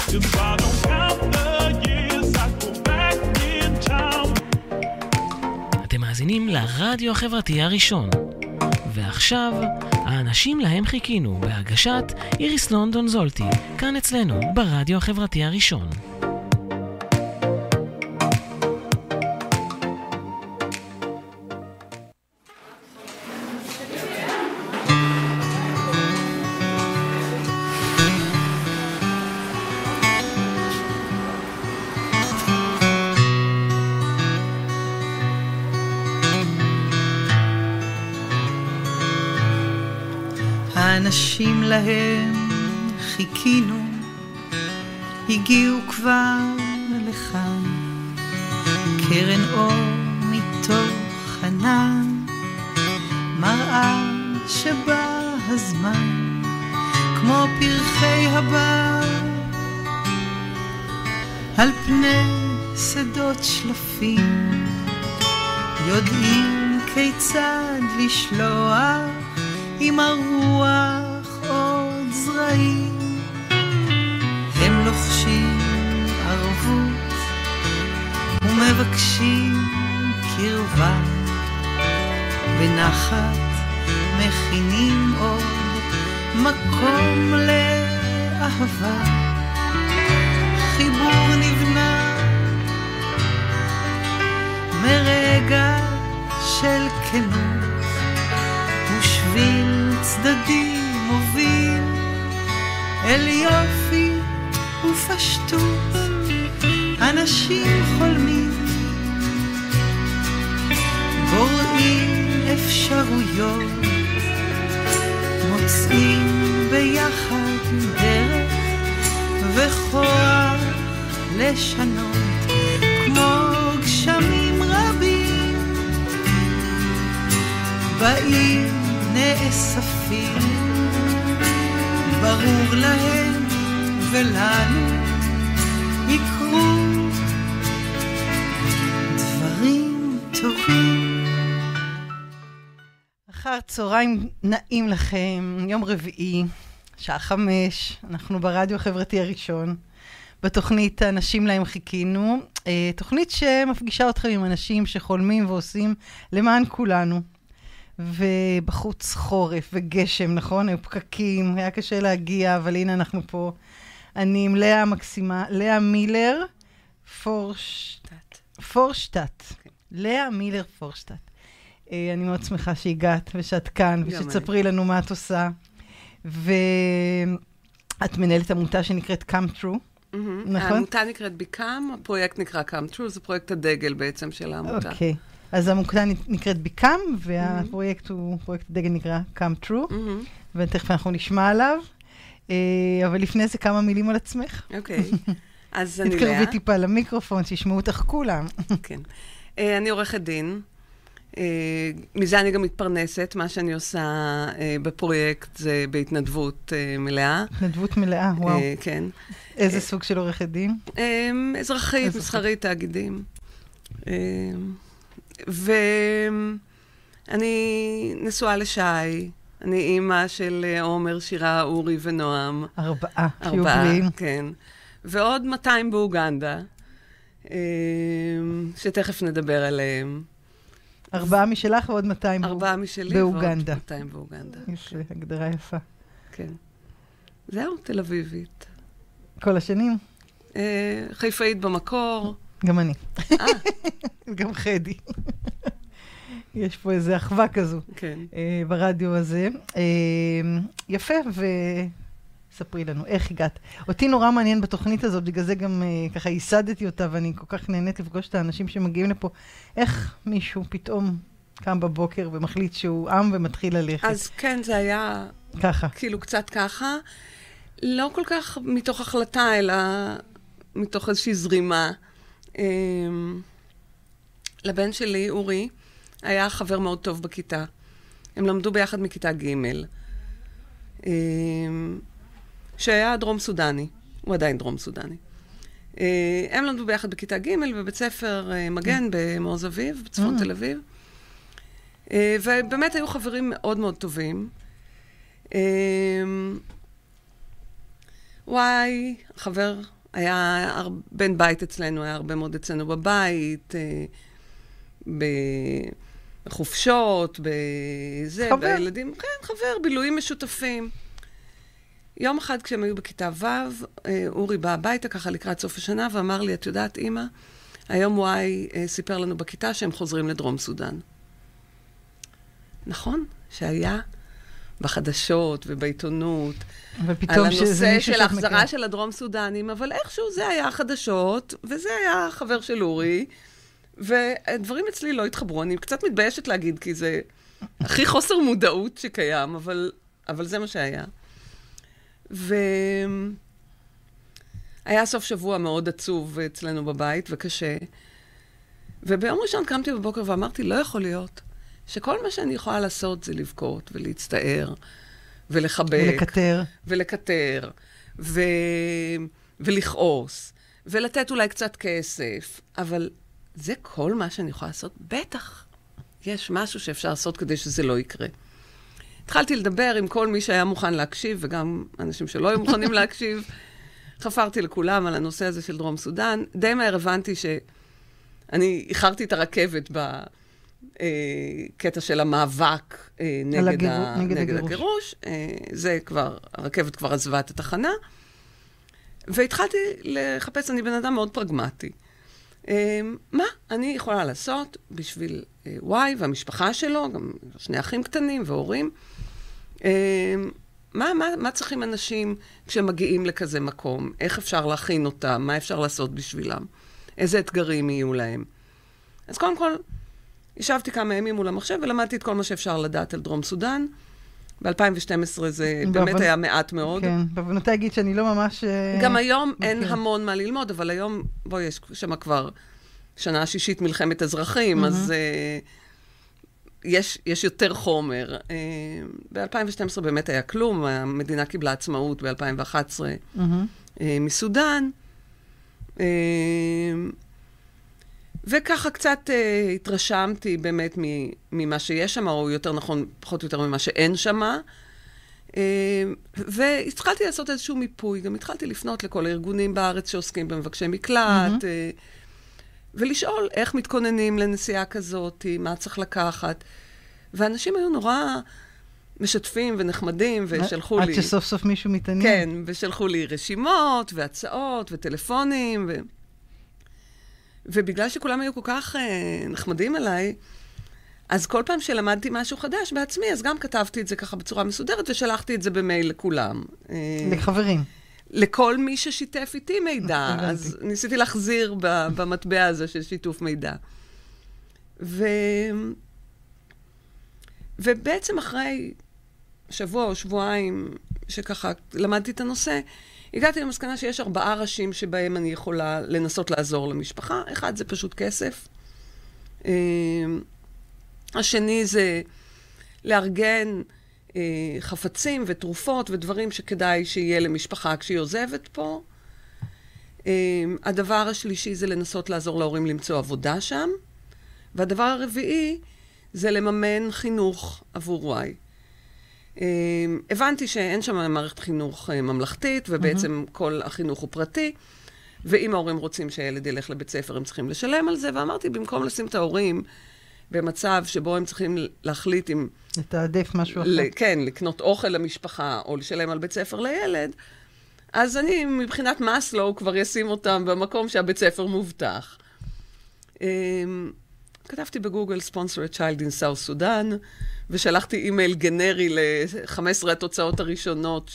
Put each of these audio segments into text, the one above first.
And so I don't count the years, I go back in time. אתם מאזינים לרדיו החברתי הראשון. ועכשיו, האנשים להם חיכינו בהגשת איריס לונדון זולטי, כאן אצלנו ברדיו החברתי הראשון. האנשים להם חיכינו, הגיעו כבר לכאן, קרן אור מתוך ענן, מראה שבא הזמן, כמו פרחי הבר, על פני שדות שלפים, יודעים כיצד לשלוח עם הרוח עוד זרעים. הם לוחשים ערבות ומבקשים קרבה, בנחת מכינים עוד מקום לאהבה. חיבור נבנה מרגע של כנות, ושביל צדדי מוביל אל יופי ופשטות. אנשים חולמים, בוראים אפשרויות, מוצאים ביחד דרך וכוח לשנות, כמו גשמים רבים באים נאספים, ברור להם ולנו יקרו דברים טובים. אחר צהריים נעים לכם, יום רביעי, שעה 5, אנחנו ברדיו החברתי הראשון, בתוכנית אנשים להם חיכינו, תוכנית שמפגישה אתכם עם אנשים שחולמים ועושים למען כולנו. ובחוץ חורף וגשם, נכון? היו פקקים, היה קשה להגיע, אבל הנה אנחנו פה. אני עם לאה מקסימה, לאה מילר פורשטט. לאה מילר פורשטט. אני מאוד שמחה שהגעת ושאת כאן, ושתספרי לנו מה את עושה. ואת מנהלת עמותה שנקראת Come True, נכון? העמותה נקראת Become, הפרויקט נקרא Come True, זה פרויקט הדגל בעצם של העמותה. אוקיי. אז העמותה נקראת Become, והפרויקט הוא, פרויקט הדגל נקרא Come True, ותכף אנחנו נשמע עליו. אבל לפני זה כמה מילים על עצמך. אוקיי. אז אני לאה. תתקרבי טיפה למיקרופון, שישמעו אותך כולם. כן. אני עורכת דין. מזה אני גם מתפרנסת. מה שאני עושה בפרויקט זה בהתנדבות מלאה. התנדבות מלאה, וואו. כן. איזה סוג של עורכת דין? אזרחית, מסחרית, תאגידים. ואני נשואה לשי. אני אימא של עומר, שירה, אורי ונועם. 4, ארבעה, כן. ועוד 200 באוגנדה, שתכף נדבר עליהם. 4 משלך ועוד 200 4 משלי באוגנדה. ועוד 200 באוגנדה. יפה, הגדרה יפה. כן. זהו, תל אביבית. כל השנים? חיפאית במקור. גם אני. גם חדי. יש פה איזו אחווה כזו. כן. ברדיו הזה. יפה, וספרי לנו, איך הגעת? אותי נורא מעניין בתוכנית הזאת, בגלל זה גם ככה ייסדתי אותה, ואני כל כך נהנית לפגוש את האנשים שמגיעים לפה. איך מישהו פתאום קם בבוקר ומחליט שהוא עם ומתחיל ללכת? אז כן, זה היה ככה. כאילו קצת ככה. לא כל כך מתוך החלטה, אלא מתוך איזושהי זרימה. לבן שלי, אורי, היה חבר מאוד טוב בכיתה. הם למדו ביחד מכיתה ג', שהיה דרום סודני. הוא עדיין דרום סודני. הם למדו ביחד בכיתה ג' בבית ספר מגן במעוז אביב, בצפון תל אביב. ובאמת היו חברים מאוד מאוד טובים. וואי, חבר היה בן בית אצלנו, היה הרבה מאוד אצלנו בבית, בחופשות, בזה, בילדים. כן, חבר, בילויים משותפים. יום אחד כשהם היו בכיתה ו', אורי בא הביתה ככה לקראת סוף השנה, ואמר לי, את יודעת, אמא, היום וואי סיפר לנו בכיתה שהם חוזרים לדרום סודן. נכון, שהיה בחדשות ובעיתונות, על הנושא של ההחזרה של הדרום סודנים, אבל איכשהו זה היה חדשות, וזה היה חבר של אורי, ודברים אצלי לא התחברו. אני קצת מתביישת להגיד, כי זה הכי חוסר מודעות שקיים, אבל זה מה שהיה. היה סוף שבוע מאוד עצוב אצלנו בבית, וקשה. וביום ראשון קמתי בבוקר ואמרתי, לא יכול להיות שכל מה שאני יכולה לעשות זה לבכות ולהצטער ולחבק. ולקטר. ולכעוס. ולתת אולי קצת כסף. אבל זה כל מה שאני יכולה לעשות? בטח. יש משהו שאפשר לעשות כדי שזה לא יקרה. התחלתי לדבר עם כל מי שהיה מוכן להקשיב, וגם אנשים שלא היו מוכנים להקשיב. חפרתי לכולם על הנושא הזה של דרום סודן. די מהר הבנתי שאני איחרתי את הרכבת בקטע של המאבק נגד הגירוש. זה כבר, הרכבת כבר עזבה את התחנה. והתחלתי לחפש, אני בן אדם מאוד פרגמטי. מה אני יכולה לעשות בשביל וואי והמשפחה שלו, גם שני אחים קטנים והורים? מה צריכים אנשים כשמגיעים לכזה מקום? איך אפשר להכין אותם? מה אפשר לעשות בשבילם? איזה אתגרים יהיו להם? אז קודם כל, ישבתי כמה ימים מול המחשב ולמדתי את כל מה שאפשר לדעת על דרום סודן. ב-2012 זה באמת היה מעט מאוד. כן, בבנותי אגיד שאני לא ממש... גם היום אין המון מה ללמוד, אבל היום, יש שם כבר שנה השישית מלחמת אזרחים, אז יש יותר חומר. ב-2012 באמת היה כלום, המדינה קיבלה עצמאות ב-2011 מסודן. וככה קצת התרשמתי באמת ממה שיש שם, או יותר נכון, פחות או יותר ממה שאין שם. והתחלתי לעשות איזשהו מיפוי. גם התחלתי לפנות לכל הארגונים בארץ שעוסקים במבקשי מקלט, ולשאול איך מתכוננים לנסיעה כזאת, מה צריך לקחת. ואנשים היו נורא משתפים ונחמדים, ושלחו לי... עד שסוף סוף מישהו מתעניין. כן, ושלחו לי רשימות, והצעות, וטלפונים, ובגלל שכולם היו כל כך נחמדים עליי, אז כל פעם שלמדתי משהו חדש בעצמי, אז גם כתבתי את זה ככה בצורה מסודרת, ושלחתי את זה במייל לכולם. לחברים. לכל מי ששיתף איתי מידע. אז ניסיתי להחזיר במטבע הזה של שיתוף מידע. ובעצם אחרי שבוע או שבועיים שככה למדתי את הנושא, הגעתי למסקנה שיש 4 ראשים שבהם אני יכולה לנסות לעזור למשפחה. אחד זה פשוט כסף. השני זה לארגן חפצים ותרופות ודברים שכדאי שיהיה למשפחה כשהיא עוזבת פה. הדבר השלישי זה לנסות לעזור להורים למצוא עבודה שם. והדבר הרביעי זה לממן חינוך עבור וואי. הבנתי שאין שם מערכת חינוך ממלכתית, ובעצם כל החינוך הוא פרטי, ואם ההורים רוצים שהילד ילך לבית ספר, הם צריכים לשלם על זה, ואמרתי, במקום לשים את ההורים במצב שבו הם צריכים להחליט אם... לתעדף משהו אחר. כן, לקנות אוכל למשפחה, או לשלם על בית ספר לילד, אז אני, מבחינת מאסלו, כבר אשים אותם במקום שהבית ספר מובטח. כתבתי בגוגל, sponsor a child in South Sudan, ושלחתי אימייל גנרי ל-15 התוצאות הראשונות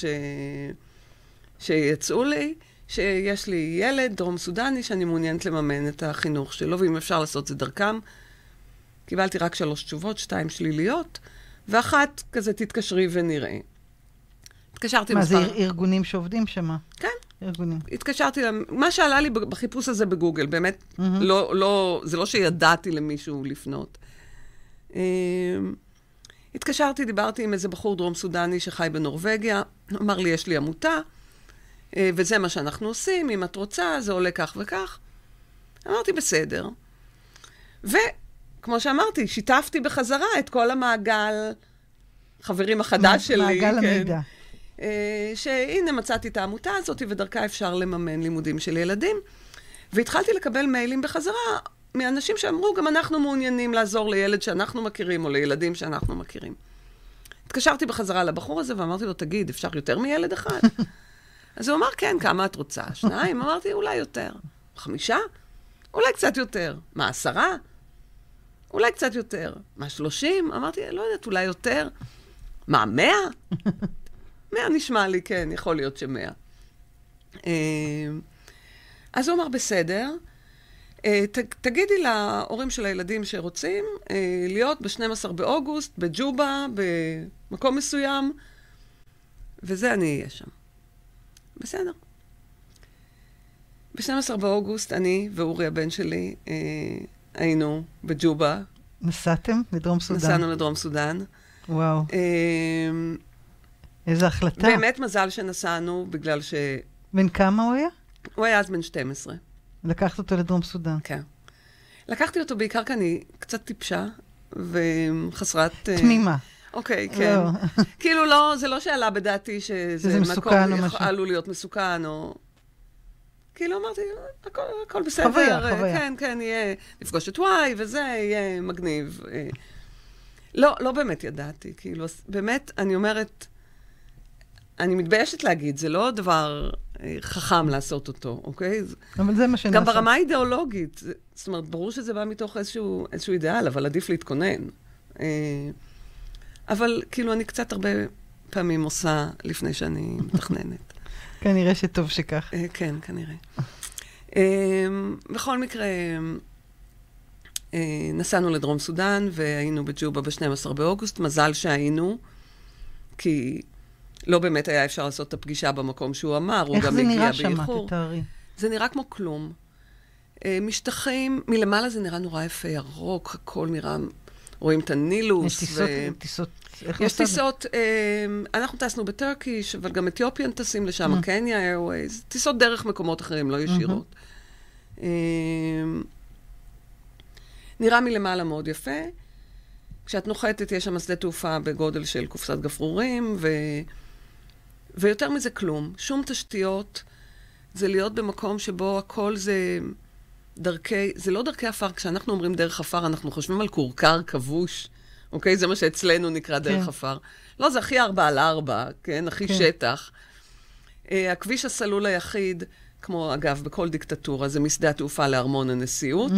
שיצאו לי, שיש לי ילד דרום סודני שאני מעוניינת לממן את החינוך שלו, ואם אפשר לעשות זה דרכם. קיבלתי רק 3 תשובות, 2 שליליות, ואחת כזה תתקשרי ונראה. התקשרתי מה, זה ארגונים שעובדים שמה? כן. ארגונים. התקשרתי להם, מה שעלה לי בחיפוש הזה בגוגל, באמת, זה לא שידעתי למישהו לפנות. התקשרתי, דיברתי עם איזה בחור דרום סודני שחי בנורווגיה, אמר לי, יש לי עמותה, וזה מה שאנחנו עושים, אם את רוצה, זה עולה כך וכך. אמרתי, בסדר. וכמו שאמרתי, שיתפתי בחזרה את כל המעגל, חברים החדש שלי. מעגל המידע. שהנה מצאתי את העמותה הזאת, ודרכה אפשר לממן לימודים של ילדים. והתחלתי לקבל מיילים בחזרה מאנשים שאמרו, גם אנחנו מעוניינים לעזור לילד שאנחנו מכירים, או לילדים שאנחנו מכירים. התקשרתי בחזרה לבחור הזה, ואמרתי לו, תגיד, אפשר יותר מילד אחד? אז הוא אמר, כן, כמה את רוצה? 2? אמרתי, אולי יותר. 5? אולי קצת יותר. מה, 10? אולי קצת יותר. מה, 30? אמרתי, לא יודעת, אולי יותר. מה, 100? 100 נשמע לי, כן, יכול להיות ש100. אז הוא אמר, בסדר, תגידי להורים של הילדים שרוצים להיות ב-12 באוגוסט, בג'ובה, במקום מסוים, וזה אני אהיה שם. בסדר. ב-12 באוגוסט, אני ואורי הבן שלי היינו בג'ובה. נסעתם לדרום סודן? נסענו לדרום סודן. וואו. איזו החלטה. באמת מזל שנסענו, בגלל ש... בן כמה הוא היה? הוא היה אז בן 12. לקחת אותו לדרום סודן. כן. לקחתי אותו בעיקר כי אני קצת טיפשה, וחסרת... תמימה. אוקיי, כן. כאילו לא, זה לא שעלה בדעתי שזה מסוכן או משהו. עלול להיות מסוכן, או... כאילו אמרתי, הכל בסדר. חוויה. כן, כן, יהיה, נפגוש את וואי, וזה יהיה מגניב. לא באמת ידעתי, כאילו, באמת, אני אומרת, אני מתביישת להגיד, זה לא דבר חכם לעשות אותו, אוקיי? אבל זה מה שנעשה. גם ברמה האידיאולוגית, זאת אומרת, ברור שזה בא מתוך איזשהו אידיאל, אבל עדיף להתכונן. אבל כאילו, אני קצת הרבה פעמים עושה לפני שאני מתכננת. כנראה שטוב שכך. כן, כנראה. בכל מקרה, נסענו לדרום סודן, והיינו בג'ובה ב-12 באוגוסט. מזל שהיינו, כי לא באמת היה אפשר לעשות את הפגישה במקום שהוא אמר, הוא גם הגיע באיחור. איך זה נראה שם? תתארי. זה נראה כמו כלום. משטחים, מלמעלה זה נראה נורא יפה, ירוק, הכל נראה, רואים את הנילוס. יש טיסות, יש טיסות, אנחנו טסנו בטורקיש, אבל גם אתיופיאן טסים לשם, קניה איירווייז, טיסות דרך מקומות אחרים, לא ישירות. נראה מלמעלה מאוד יפה. כשאת נוחתת, יש שם שדה תעופה בגודל של קופסת גפרורים, ויותר מזה כלום. שום תשתיות, זה להיות במקום שבו הכל זה זה לא דרכי אפר. כשאנחנו אומרים דרך אפר, אנחנו חושבים על קורקר כבוש, אוקיי? זה מה שאצלנו נקרא דרך אפר. לא, זה הכי 4x4, כן? הכי שטח. הכביש הסלול היחיד, כמו אגב, בכל דיקטטורה, זה משדה התעופה לארמון הנשיאות.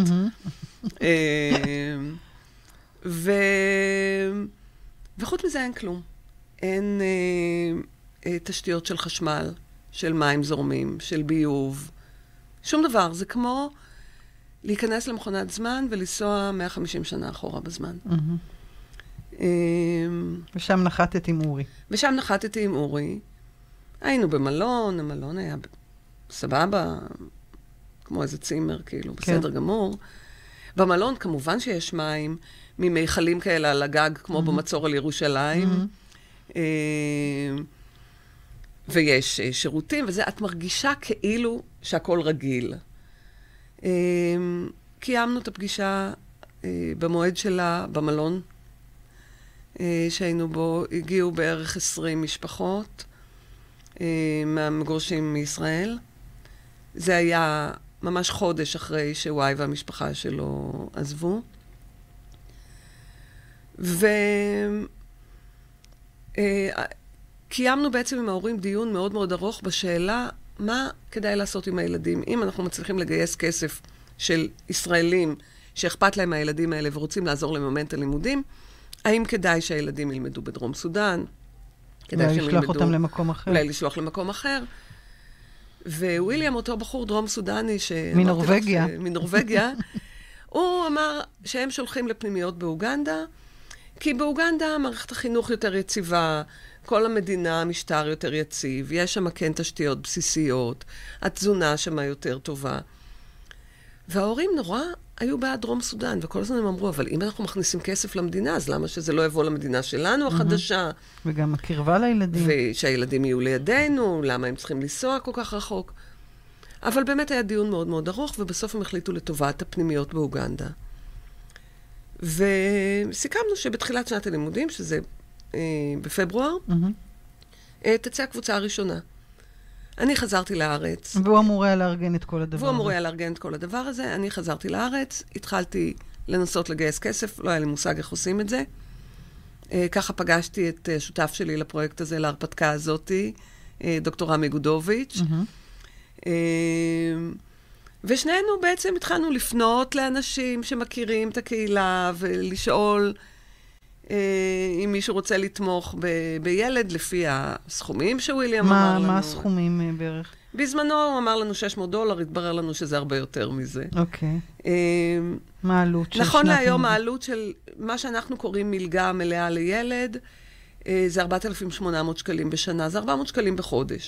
וחוץ מזה אין כלום. אין תשתיות של חשמל, של מים זורמים, של ביוב. שום דבר. זה כמו להיכנס למכונת זמן ולנסוע 150 שנה אחורה בזמן. ושם נחתת עם אורי. ושם נחתתי עם אורי. היינו במלון, המלון היה סבבה, כמו איזה צימר, כאילו, בסדר גמור. במלון כמובן שיש מים, ממיכלים כאלה על הגג, כמו במצור על ירושלים. ויש שירותים, וזה, את מרגישה כאילו שהכל רגיל. קיימנו את הפגישה במועד שלה, במלון שהיינו בו, הגיעו בערך 20 משפחות מהמגורשים מישראל. זה היה ממש חודש אחרי שוואי והמשפחה שלו עזבו. קיימנו בעצם עם ההורים דיון מאוד מאוד ארוך בשאלה מה כדאי לעשות עם הילדים. אם אנחנו מצליחים לגייס כסף של ישראלים שאכפת להם מהילדים האלה ורוצים לעזור לממן את הלימודים, האם כדאי שהילדים ילמדו בדרום סודן? אולי לשלוח אותם למקום אחר. אולי לשלוח למקום אחר. וויליאם, אותו בחור דרום סודני, מנורווגיה, הוא אמר שהם שולחים לפנימיות באוגנדה, כי באוגנדה מערכת החינוך יותר יציבה, כל המדינה, המשטר יותר יציב, יש שם כן תשתיות בסיסיות, התזונה שם יותר טובה. וההורים נורא היו בעד דרום סודן, וכל הזמן הם אמרו, אבל אם אנחנו מכניסים כסף למדינה, אז למה שזה לא יבוא למדינה שלנו החדשה? וגם הקרבה לילדים. ושהילדים יהיו לידינו, למה הם צריכים לנסוע כל כך רחוק? אבל באמת היה דיון מאוד מאוד ארוך, ובסוף הם החליטו לטובת הפנימיות באוגנדה. וסיכמנו שבתחילת שנת הלימודים, שזה בפברואר, תצא הקבוצה הראשונה. אני חזרתי לארץ. והוא אמור היה לארגן את כל הדבר הזה. והוא אמור היה לארגן את כל הדבר הזה. אני חזרתי לארץ, התחלתי לנסות לגייס כסף, לא היה לי מושג איך עושים את זה. ככה פגשתי את שותף שלי לפרויקט הזה, להרפתקה הזאת, דוקטור רמי גודוביץ'. ושנינו בעצם התחלנו לפנות לאנשים שמכירים את הקהילה, ולשאול אם מישהו רוצה לתמוך בילד לפי הסכומים שוויליאם אמר לנו. מה הסכומים בערך? בזמנו הוא אמר לנו $600, התברר לנו שזה הרבה יותר מזה. אוקיי. מה העלות של נכון להיום, העלות של מה שאנחנו קוראים מלגה מלאה לילד, זה 4,800 שקלים בשנה, זה 400 שקלים בחודש.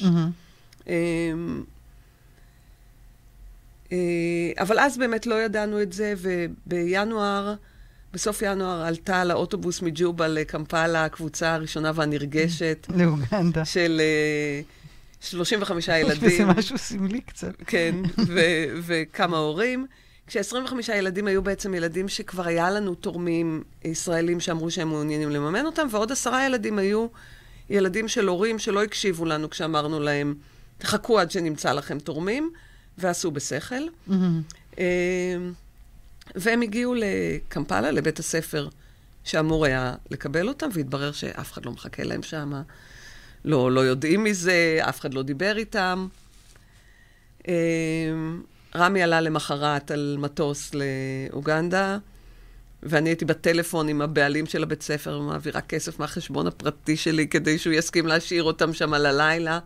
אבל אז באמת לא ידענו את זה, ובינואר, בסוף ינואר עלתה לאוטובוס מג'ובה לקמפלה, הקבוצה הראשונה והנרגשת. לאוגנדה. של 35 ילדים. זה משהו סמלי קצת. כן, וכמה הורים. כש-25 ילדים היו בעצם ילדים שכבר היה לנו תורמים ישראלים שאמרו שהם מעוניינים לממן אותם, ועוד 10 ילדים היו ילדים של הורים שלא הקשיבו לנו כשאמרנו להם, תחכו עד שנמצא לכם תורמים, ועשו בשכל. והם הגיעו לקמפלה, לבית הספר שאמור היה לקבל אותם, והתברר שאף אחד לא מחכה להם שם, לא יודעים מזה, אף אחד לא דיבר איתם. רמי עלה למחרת על מטוס לאוגנדה, ואני הייתי בטלפון עם הבעלים של הבית ספר, מעבירה כסף מהחשבון הפרטי שלי, כדי שהוא יסכים להשאיר אותם שם על הלילה.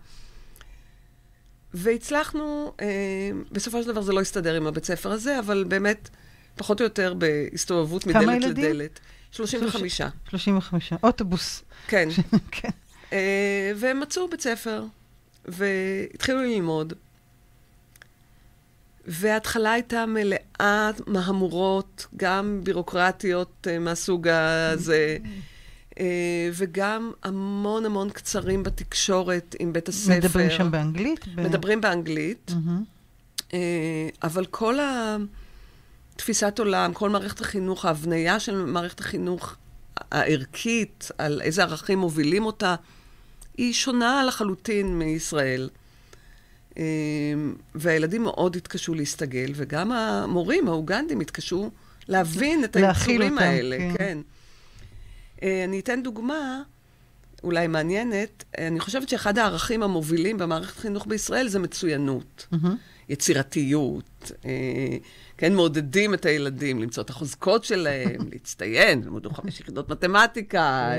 והצלחנו, בסופו של דבר זה לא הסתדר עם הבית ספר הזה, אבל באמת, פחות או יותר בהסתובבות מדלת לדלת. כמה ילדים? 35. 35, אוטובוס. כן. כן. והם מצאו בית ספר, והתחילו ללמוד. וההתחלה הייתה מלאה מהמורות, גם בירוקרטיות מהסוג הזה, וגם המון המון קצרים בתקשורת עם בית הספר. מדברים שם באנגלית? מדברים באנגלית. אבל כל תפיסת עולם, כל מערכת החינוך, ההבניה של מערכת החינוך הערכית, על איזה ערכים מובילים אותה, היא שונה לחלוטין מישראל. והילדים מאוד התקשו להסתגל, וגם המורים, האוגנדים, התקשו להבין את היצורים האלה. כן. אני אתן דוגמה, אולי מעניינת, אני חושבת שאחד הערכים המובילים במערכת החינוך בישראל זה מצוינות, יצירתיות, כן, מעודדים את הילדים, למצוא את החוזקות שלהם, להצטיין, למדו 5 יחידות מתמטיקה.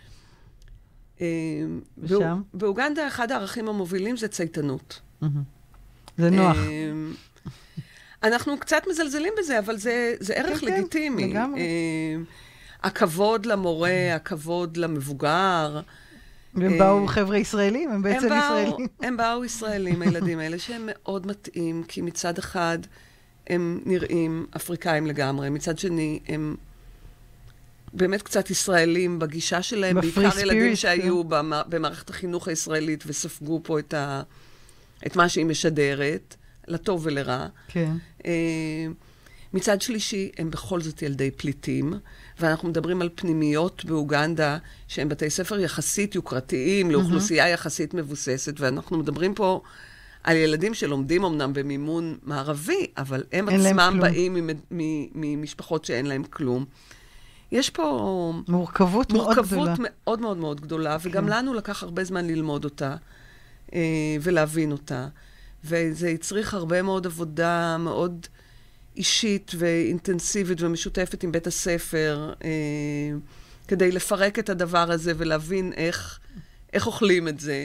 ושם? באוגנדה אחד הערכים המובילים זה צייתנות. זה נוח. אנחנו קצת מזלזלים בזה, אבל זה ערך לגיטימי. לגמרי. הכבוד למורה, הכבוד למבוגר. והם באו חבר'ה ישראלים, הם בעצם ישראלים. הם באו ישראלים, הילדים האלה, שהם מאוד מתאים, כי מצד אחד הם נראים אפריקאים לגמרי, מצד שני הם באמת קצת ישראלים בגישה שלהם, בעיקר ילדים שהיו במערכת החינוך הישראלית וספגו פה את מה שהיא משדרת, לטוב ולרע. כן. מצד שלישי, הם בכל זאת ילדי פליטים, ואנחנו מדברים על פנימיות באוגנדה, שהם בתי ספר יחסית יוקרתיים, לאוכלוסייה יחסית מבוססת, ואנחנו מדברים פה על ילדים שלומדים אמנם במימון מערבי, אבל הם עצמם באים ממשפחות שאין להם כלום. יש פה מורכבות מאוד מאוד מאוד גדולה, וגם לנו לקח הרבה זמן ללמוד אותה, ולהבין אותה. וזה הצריך הרבה מאוד עבודה מאוד אישית ואינטנסיבית ומשותפת עם בית הספר, כדי לפרק את הדבר הזה ולהבין איך אוכלים את זה.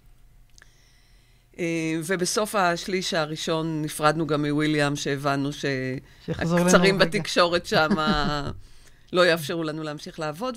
ובסוף השליש הראשון נפרדנו גם מוויליאם, שהבנו שהקצרים בתקשורת שם לא יאפשרו לנו להמשיך לעבוד,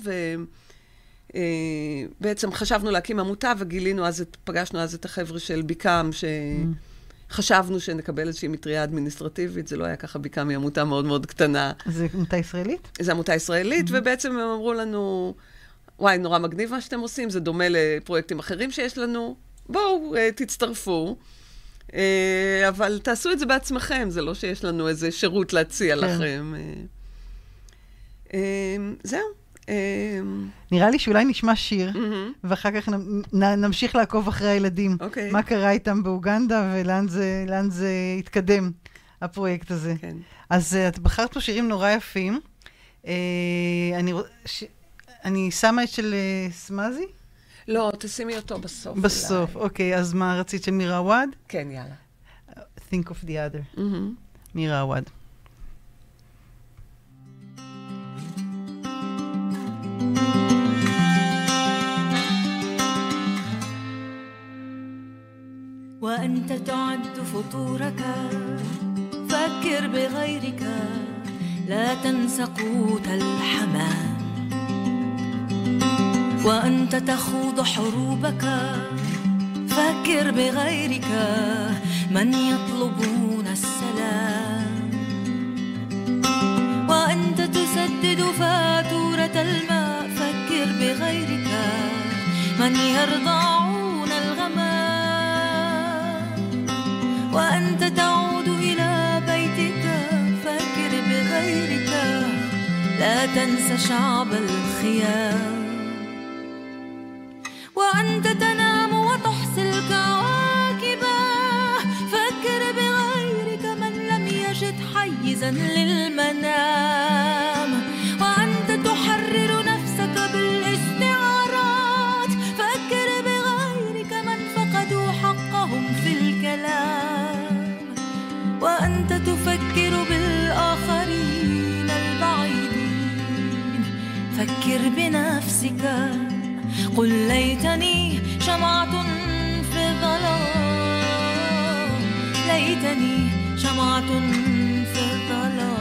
ובעצם חשבנו להקים עמותה, וגילינו פגשנו אז את החבר'ה של ביקם, חשבנו שנקבל איזושהי מטריה אדמיניסטרטיבית, זה לא היה ככה, ביקם היא עמותה מאוד מאוד קטנה. זה עמותה ישראלית? זה עמותה ישראלית, ובעצם הם אמרו לנו, וואי, נורא מגניב מה שאתם עושים, זה דומה לפרויקטים אחרים שיש לנו, בואו, תצטרפו, אבל תעשו את זה בעצמכם, זה לא שיש לנו איזה שירות להציע לכם. זהו. נראה לי שאולי נשמע שיר, ואחר כך נמשיך לעקוב אחרי הילדים. אוקיי. מה קרה איתם באוגנדה ולאן זה התקדם, הפרויקט הזה. כן. אז את בחרת פה שירים נורא יפים. אני שמה את של סמאזי? לא, תשימי אותו בסוף. בסוף, אוקיי. אז מה רצית של מירה עווד? כן, יאללה. Think of the other. מירה עווד. وأنت تعد فطورك فكر بغيرك لا تنس قوت الحمام وأنت تخوض حروبك فكر بغيرك من يطلبون السلام وأنت تسدد فاتورة الماء فكر بغيرك من يرضعون الغمام وأنت تعود إلى بيتك فكر بغيرك لا تنس شعب الخيام وأنت تنام وتحصي الكواكب فكر بغيرك من لم يجد حيزا للمنام وأنت تحرر نفسك بالاستعارات فكر بغيرك من فقدوا حقهم في الكلام وأنت تفكر بالآخرين البعيدين فكر بنفسك قل ليتني شمعة في الظلام ليتني شمعة في الظلام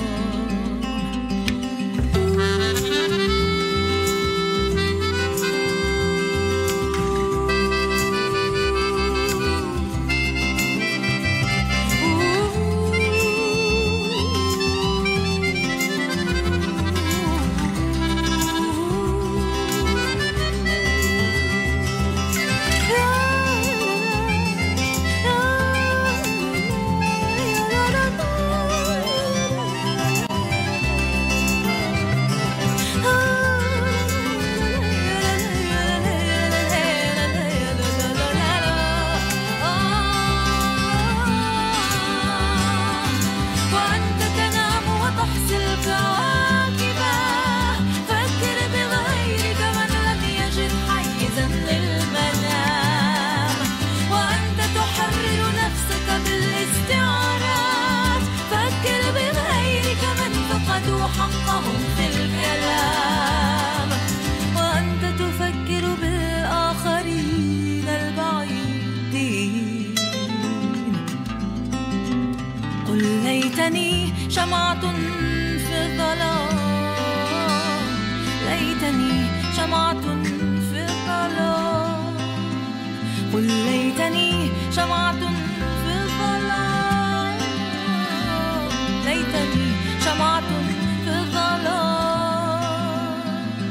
حقهم في الكلام وأنت تفكر بالآخرين البعيدين قل ليتني شمعة في الظلام ليتني شمعة في الظلام قل ليتني شمعة في الظلام ليتني شمعة في الظلام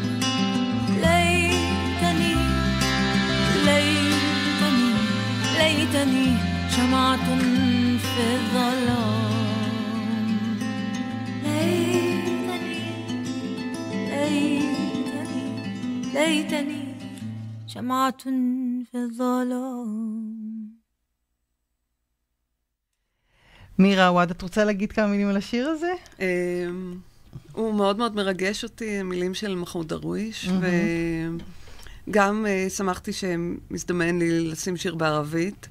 ليتني ليتني ليتني شمعة في الظلام ليتني ليتني ليتني شمعة في الظلام. מירה עווד, את רוצה להגיד כמה מילים על השיר הזה? הוא מאוד מאוד מרגש אותי, מילים של מחמוד דרוויש, וגם שמחתי שמזדמן לי לשים שיר בערבית,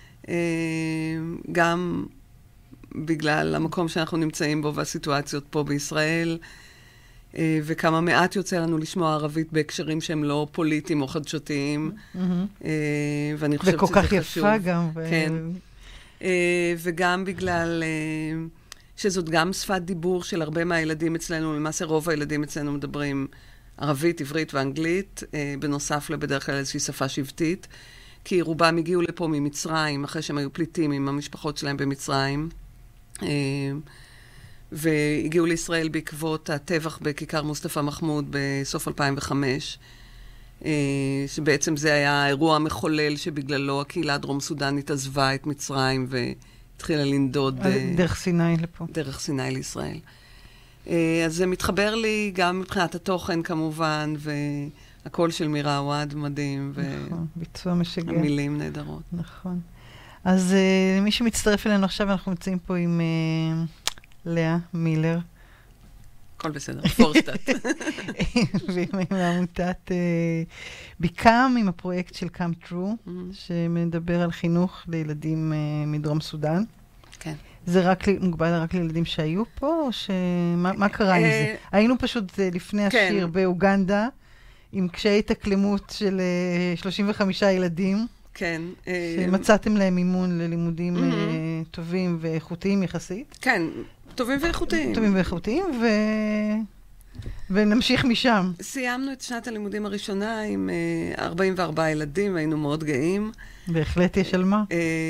גם בגלל המקום שאנחנו נמצאים בו והסיטואציות פה בישראל, וכמה מעט יוצא לנו לשמוע ערבית בהקשרים שהם לא פוליטיים או חדשותיים, ואני חושבת שזה חשוב. וכל כך יפה גם. כן. וגם בגלל שזאת גם שפת דיבור של הרבה מהילדים אצלנו, למעשה רוב הילדים אצלנו מדברים ערבית, עברית ואנגלית, בנוסף לבדרך כלל איזושהי שפה שבטית, כי רובם הגיעו לפה ממצרים, אחרי שהם היו פליטים עם המשפחות שלהם במצרים, והגיעו לישראל בעקבות הטבח בכיכר מוסטפא מחמוד בסוף 2005, שבעצם זה היה האירוע המחולל שבגללו הקהילה הדרום סודנית עזבה את מצרים והתחילה לנדוד דרך סיני לפה. דרך סיני לישראל. אז זה מתחבר לי גם מבחינת התוכן כמובן, והקול של מירה עווד מדהים, נכון, ביצוע משגע. והמילים נהדרות. נכון. אז מי שמצטרף אלינו עכשיו, אנחנו נמצאים פה עם לאה מילר. הכל בסדר, פורשטט. ועם עמותת ביקם, עם הפרויקט של Come True, שמדבר על חינוך לילדים מדרום סודאן. כן. זה מוגבל רק לילדים שהיו פה, או מה קרה עם זה? היינו פשוט לפני השיר באוגנדה, עם קשיי התאקלמות של 35 ילדים. כן. שמצאתם להם מימון ללימודים טובים ואיכותיים יחסית. כן, טובים ואיכותיים. טובים ואיכותיים, ונמשיך משם. סיימנו את שנת הלימודים הראשונה עם 44 ילדים, והיינו מאוד גאים. בהחלט יש על מה.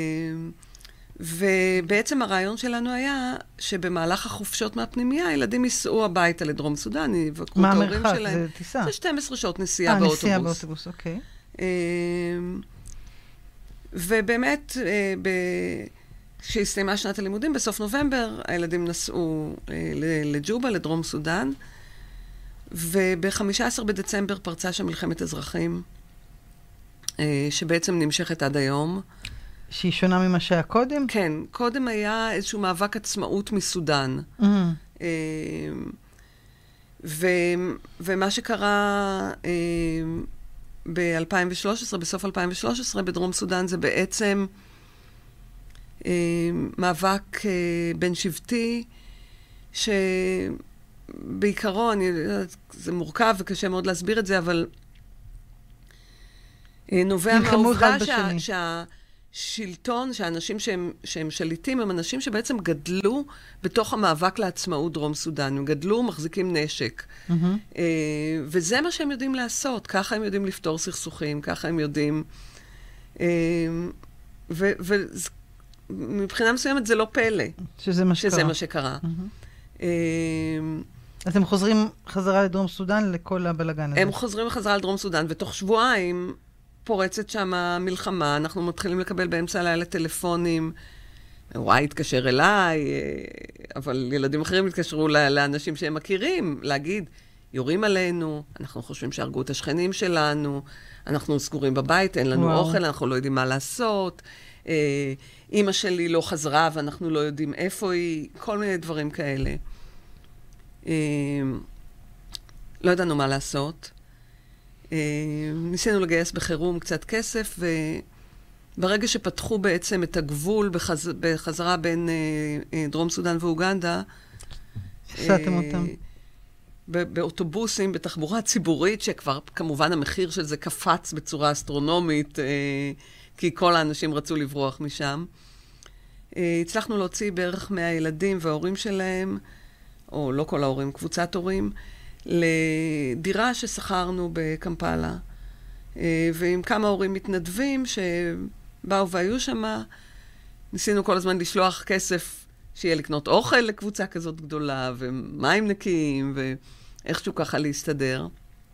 ובעצם הרעיון שלנו היה שבמהלך החופשות מהפנימייה, הילדים ייסעו הביתה לדרום סודן, יבקרו את ההורים שלהם. מה המרחק? זה טיסה? זה 12 שעות נסיעה באוטובוס. נסיעה באוטובוס, אוקיי. ובאמת, כשהסתיימה שנת הלימודים, בסוף נובמבר, הילדים נסעו לג'ובה, לדרום סודן, וב-15 בדצמבר פרצה שם מלחמת אזרחים, שבעצם נמשכת עד היום. שהיא שונה ממה שהיה קודם? כן, קודם היה איזשהו מאבק עצמאות מסודן. ומה שקרה ב-2013, בסוף 2013, בדרום סודן, זה בעצם מאבק בין שבטי, שבעיקרון, זה מורכב וקשה מאוד להסביר את זה, אבל נובע מהעובדה שהשלטון, שהאנשים שהם שליטים, הם אנשים שבעצם גדלו בתוך המאבק לעצמאות דרום סודן. הם גדלו, מחזיקים נשק. וזה מה שהם יודעים לעשות. ככה הם יודעים לפתור סכסוכים, ככה הם יודעים... ומבחינה מסוימת זה לא פלא. שזה מה שקרה. שזה מה שקרה. אז הם חוזרים חזרה לדרום סודן לכל הבלגן הזה. הם חוזרים חזרה לדרום סודן, ותוך שבועיים פורצת שם מלחמה, אנחנו מתחילים לקבל באמצע הלילה טלפונים, וואי, התקשר אליי, אבל ילדים אחרים התקשרו לאנשים שהם מכירים, להגיד, יורים עלינו, אנחנו חושבים שהרגו את השכנים שלנו, אנחנו סגורים בבית, אין לנו אוכל, אנחנו לא יודעים מה לעשות, אמא שלי לא חזרה ואנחנו לא יודעים איפה היא, כל מיני דברים כאלה. לא ידענו מה לעשות. ניסינו לגייס בחירום קצת כסף, וברגע שפתחו בעצם את הגבול בחזרה בין דרום סודן ואוגנדה, הסעתם אותם. באוטובוסים, בתחבורה ציבורית, שכבר כמובן המחיר של זה קפץ בצורה אסטרונומית, כי כל האנשים רצו לברוח משם. הצלחנו להוציא בערך 100 ילדים וההורים שלהם, או לא כל ההורים, קבוצת הורים, לדירה ששכרנו בקמפלה, ועם כמה הורים מתנדבים שבאו והיו שם, ניסינו כל הזמן לשלוח כסף שיהיה לקנות אוכל לקבוצה כזאת גדולה, ומים נקיים, ואיכשהו ככה להסתדר.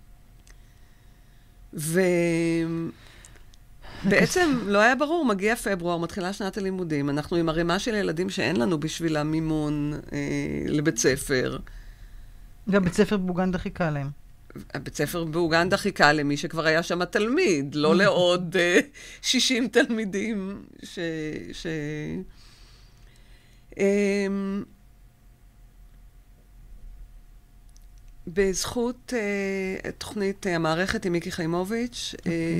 בעצם לא היה ברור, מגיע פברואר, מתחילה שנת הלימודים, אנחנו עם הרמה של ילדים שאין לנו בשביל המימון לבית ספר. והבית ספר באוגנדה חיכה להם. הבית ספר באוגנדה חיכה למי שכבר היה שם תלמיד, לא לעוד 60 תלמידים בזכות תוכנית המערכת עם מיקי חיימוביץ',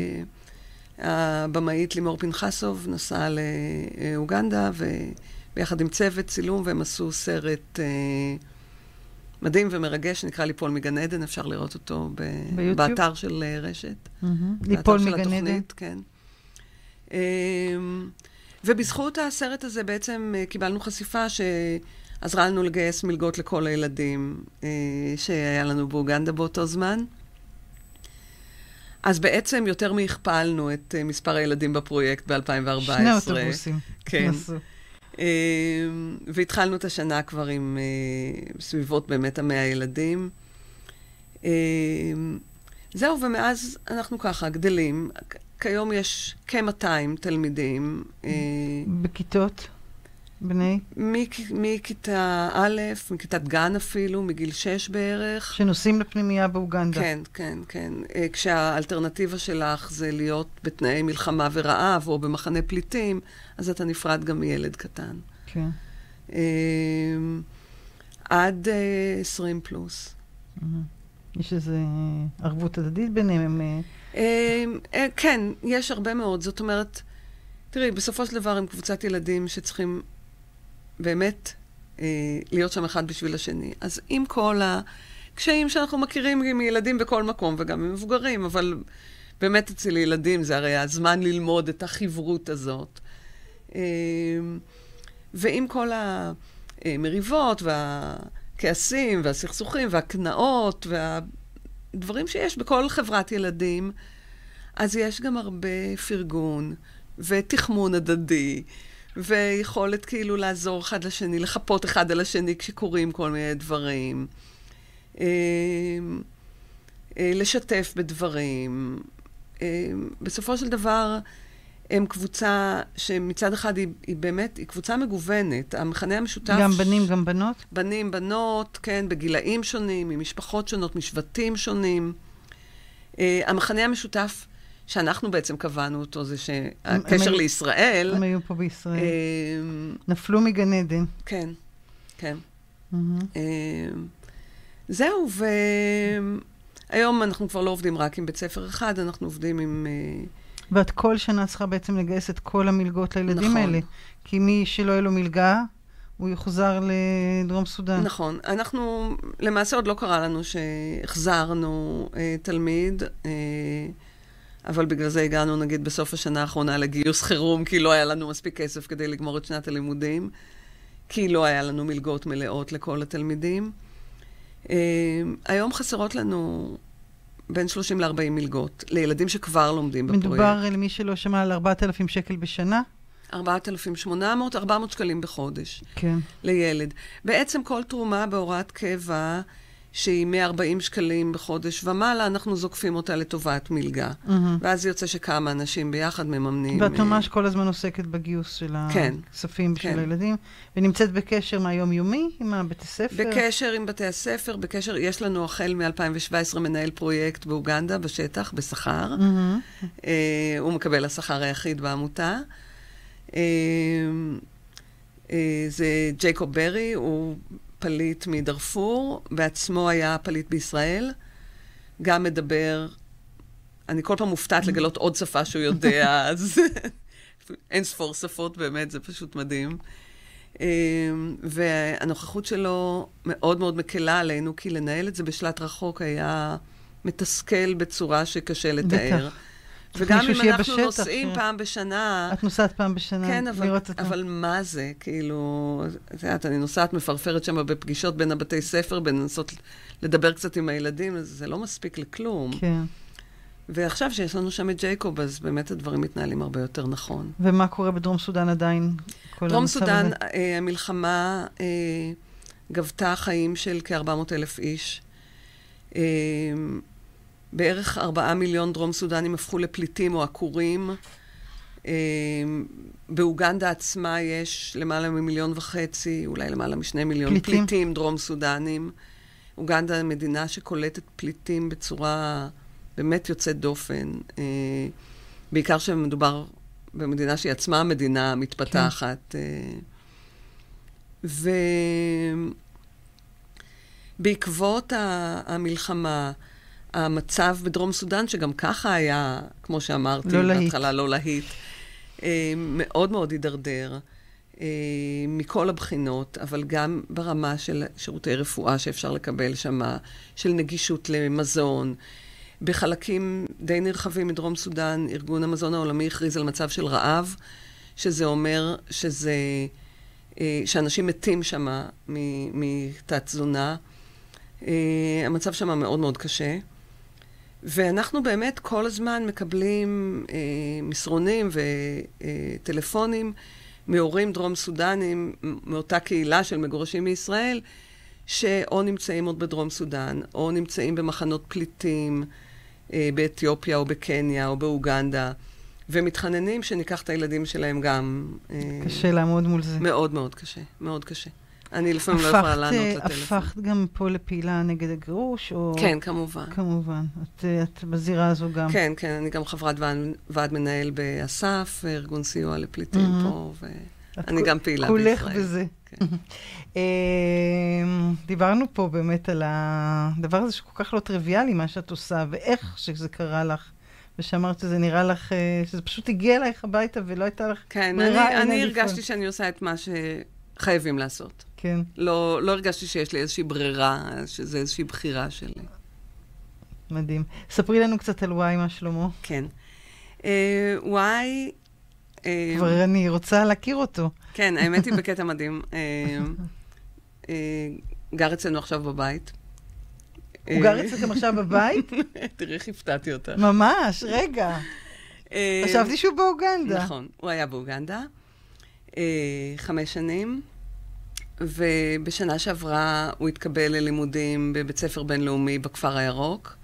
הבמאית לימור פנחסוב נסעה לאוגנדה, וביחד עם צוות צילום, והם עשו סרט מדהים ומרגש, שנקרא ליפול מגן עדן, אפשר לראות אותו באתר של רשת. ליפול מגן עדן. כן. ובזכות הסרט הזה בעצם קיבלנו חשיפה שעזרה לנו לגייס מלגות לכל הילדים שהיה לנו באוגנדה באותו זמן. אז בעצם יותר מהכפלנו את מספר הילדים בפרויקט ב-2014. שני אוטובוסים. כן. והתחלנו את השנה כבר עם סביבות באמת 100 ילדים. זהו, ומאז אנחנו ככה גדלים. כיום יש כ-200 תלמידים. בכיתות? בני? מכיתה א', מכיתת גן אפילו, מגיל 6 בערך. שנוסעים לפנימייה באוגנדה. כן, כן, כן. כשהאלטרנטיבה שלך זה להיות בתנאי מלחמה ורעב, או במחנה פליטים, אז אתה נפרד גם מילד קטן. כן. עד 20 פלוס. יש איזו ערבות הדדית ביניהם? כן, יש הרבה מאוד. זאת אומרת, תראי, בסופו של דבר הם קבוצת ילדים שצריכים באמת להיות שם אחד בשביל השני. אז עם כל הקשיים שאנחנו מכירים עם ילדים בכל מקום, וגם עם מבוגרים, אבל באמת אצל ילדים זה הרי הזמן ללמוד את החברות הזאת. ועם כל המריבות והכעסים והסכסוכים והקנאות והדברים שיש בכל חברת ילדים, אז יש גם הרבה פרגון ותחמון הדדי, ויכולת כאילו לעזור אחד לשני, לחפות אחד על השני כשקוראים כל מיני דברים, לשתף בדברים. בסופו של דבר, הם קבוצה שמצד אחד היא באמת, היא קבוצה מגוונת. המכנה המשותף... גם בנים, גם בנות? בנים, בנות, כן, בגילאים שונים, ממשפחות שונות, משבטים שונים. המכנה המשותף שאנחנו בעצם קבענו אותו, זה שהקשר לישראל... הם היו פה בישראל. נפלו מגן עדן. כן, כן. זהו, והיום אנחנו כבר לא עובדים רק עם בית ספר אחד, אנחנו עובדים עם... ואת כל שנה צריכה בעצם לגייס את כל המלגות לילדים האלה. כי מי שלא יהיה לו מלגה, הוא יחוזר לדרום סודן. נכון. אנחנו, למעשה עוד לא קרה לנו שהחזרנו תלמיד, אבל בגלל זה הגענו, נגיד, בסוף השנה האחרונה לגיוס חירום, כי לא היה לנו מספיק כסף כדי לגמור את שנת הלימודים, כי לא היה לנו מלגות מלאות לכל התלמידים. היום חסרות לנו בין 30 ל-40 מלגות, לילדים שכבר לומדים בפרויקט. מדובר למי שלא שמע על 4,000 שקל בשנה? 4,800, 400 שקלים בחודש. כן. לילד. בעצם כל תרומה בהוראת קבע, שהיא 140 שקלים בחודש ומעלה, אנחנו זוקפים אותה לטובת מלגה. ואז יוצא שכמה אנשים ביחד מממנים. ואת ממש כל הזמן עוסקת בגיוס של הכספים בשביל הילדים, ונמצאת בקשר מהיומיומי עם בתי הספר? בקשר עם בתי הספר, בקשר, יש לנו החל מ-2017 מנהל פרויקט באוגנדה, בשטח, בשכר. הוא מקבל השכר היחיד בעמותה. זה ג'ייקוב ברי, הוא פליט מדרפור, בעצמו היה פליט בישראל, גם מדבר, אני כל פעם מופתעת לגלות עוד שפה שהוא יודע, אז אין ספור שפות, באמת, זה פשוט מדהים. והנוכחות שלו מאוד מאוד מקלה עלינו, כי לנהל את זה בשלט רחוק היה מתסכל בצורה שקשה לתאר. וגם אם אנחנו נוסעים פעם בשנה... את נוסעת פעם בשנה, כן, אבל מה זה? כאילו, אני נוסעת מפרפרת שם בפגישות בין הבתי ספר, בנסות לדבר קצת עם הילדים, אז זה לא מספיק לכלום. כן. ועכשיו שיש לנו שם את ג'ייקוב, אז באמת הדברים מתנהלים הרבה יותר נכון. ומה קורה בדרום סודן עדיין? דרום סודן, המלחמה גבתה חיים של כ-400,000 איש. בערך 4 מיליון דרום סודנים הפכו לפליטים או עקורים. באוגנדה עצמה יש למעלה מ1.5 מיליון, אולי למעלה מ2 מיליון פליטים דרום סודנים. אוגנדה מדינה שקולטת פליטים בצורה באמת יוצאת דופן. בעיקר שמדובר במדינה שהיא עצמה מדינה מתפתחת. ובעקבות המלחמה, המצב בדרום סודן, שגם ככה היה, כמו שאמרתי, בהתחלה לא להיט, מאוד מאוד הידרדר, מכל הבחינות, אבל גם ברמה של שירותי רפואה שאפשר לקבל שמה, של נגישות למזון. בחלקים די נרחבים מדרום סודן, ארגון המזון העולמי הכריז על מצב של רעב, שזה אומר שאנשים מתים שמה מתת תזונה. המצב שמה מאוד מאוד קשה. ואנחנו באמת כל הזמן מקבלים מסרונים וטלפונים מהורים דרום סודנים, מאותה קהילה של מגורשים מישראל, שאו נמצאים עוד בדרום סודן, או נמצאים במחנות פליטים באתיופיה או בקניה או באוגנדה, ומתחננים שניקח את הילדים שלהם גם... קשה לעמוד מול זה. מאוד מאוד קשה, מאוד קשה. אני לפעמים לא יכולה לענות לטלפון. הפכת גם פה לפעילה נגד הגירוש? או... כן, כמובן. כמובן. את בזירה הזו גם. כן, כן, אני גם חברת ועד מנהל באסף, ארגון סיוע לפליטים פה, ואני גם פעילה בישראל. כולך בזה. דיברנו פה באמת על הדבר הזה שכל כך לא טריוויאלי, מה שאת עושה, ואיך שזה קרה לך. ושאמרת שזה נראה לך, שזה פשוט הגיע אלייך הביתה ולא הייתה לך... כן, אני הרגשתי שאני עושה את מה שחייבים לעשות. כן. לא הרגשתי שיש לי איזושהי ברירה, שזה איזושהי בחירה שלי. מדהים. ספרי לנו קצת על וואי, מה שלמה. כן. וואי... כבר אני רוצה להכיר אותו. כן, האמת היא בקטע מדהים. גר אצלנו עכשיו בבית. הוא גר אצלכם עכשיו בבית? תראי איך הפתעתי אותה. ממש, רגע. חשבתי שהוא באוגנדה. נכון, הוא היה באוגנדה 5 שנים, ובשנה שעברה הוא התקבל ללימודים בבית ספר בינלאומי בכפר הירוק.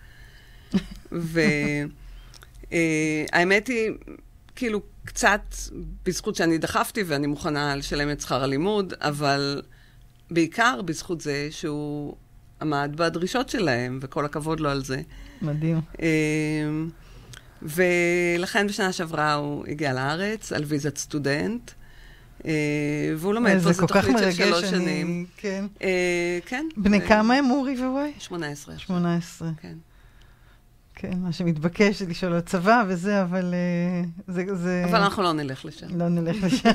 והאמת היא, כאילו, קצת בזכות שאני דחפתי ואני מוכנה לשלם את שכר הלימוד, אבל בעיקר בזכות זה שהוא עמד בדרישות שלהם, וכל הכבוד לו על זה. מדהים. ולכן בשנה שעברה הוא הגיע לארץ על ויזת סטודנט, והוא לומד פה, זו תוכנית של 3 שנים. כן. כן. בני כמה הם אורי ווואי? 18. 18. כן. כן, מה שמתבקש לשאול על צבא וזה, אבל זה... אבל אנחנו לא נלך לשם. לא נלך לשם.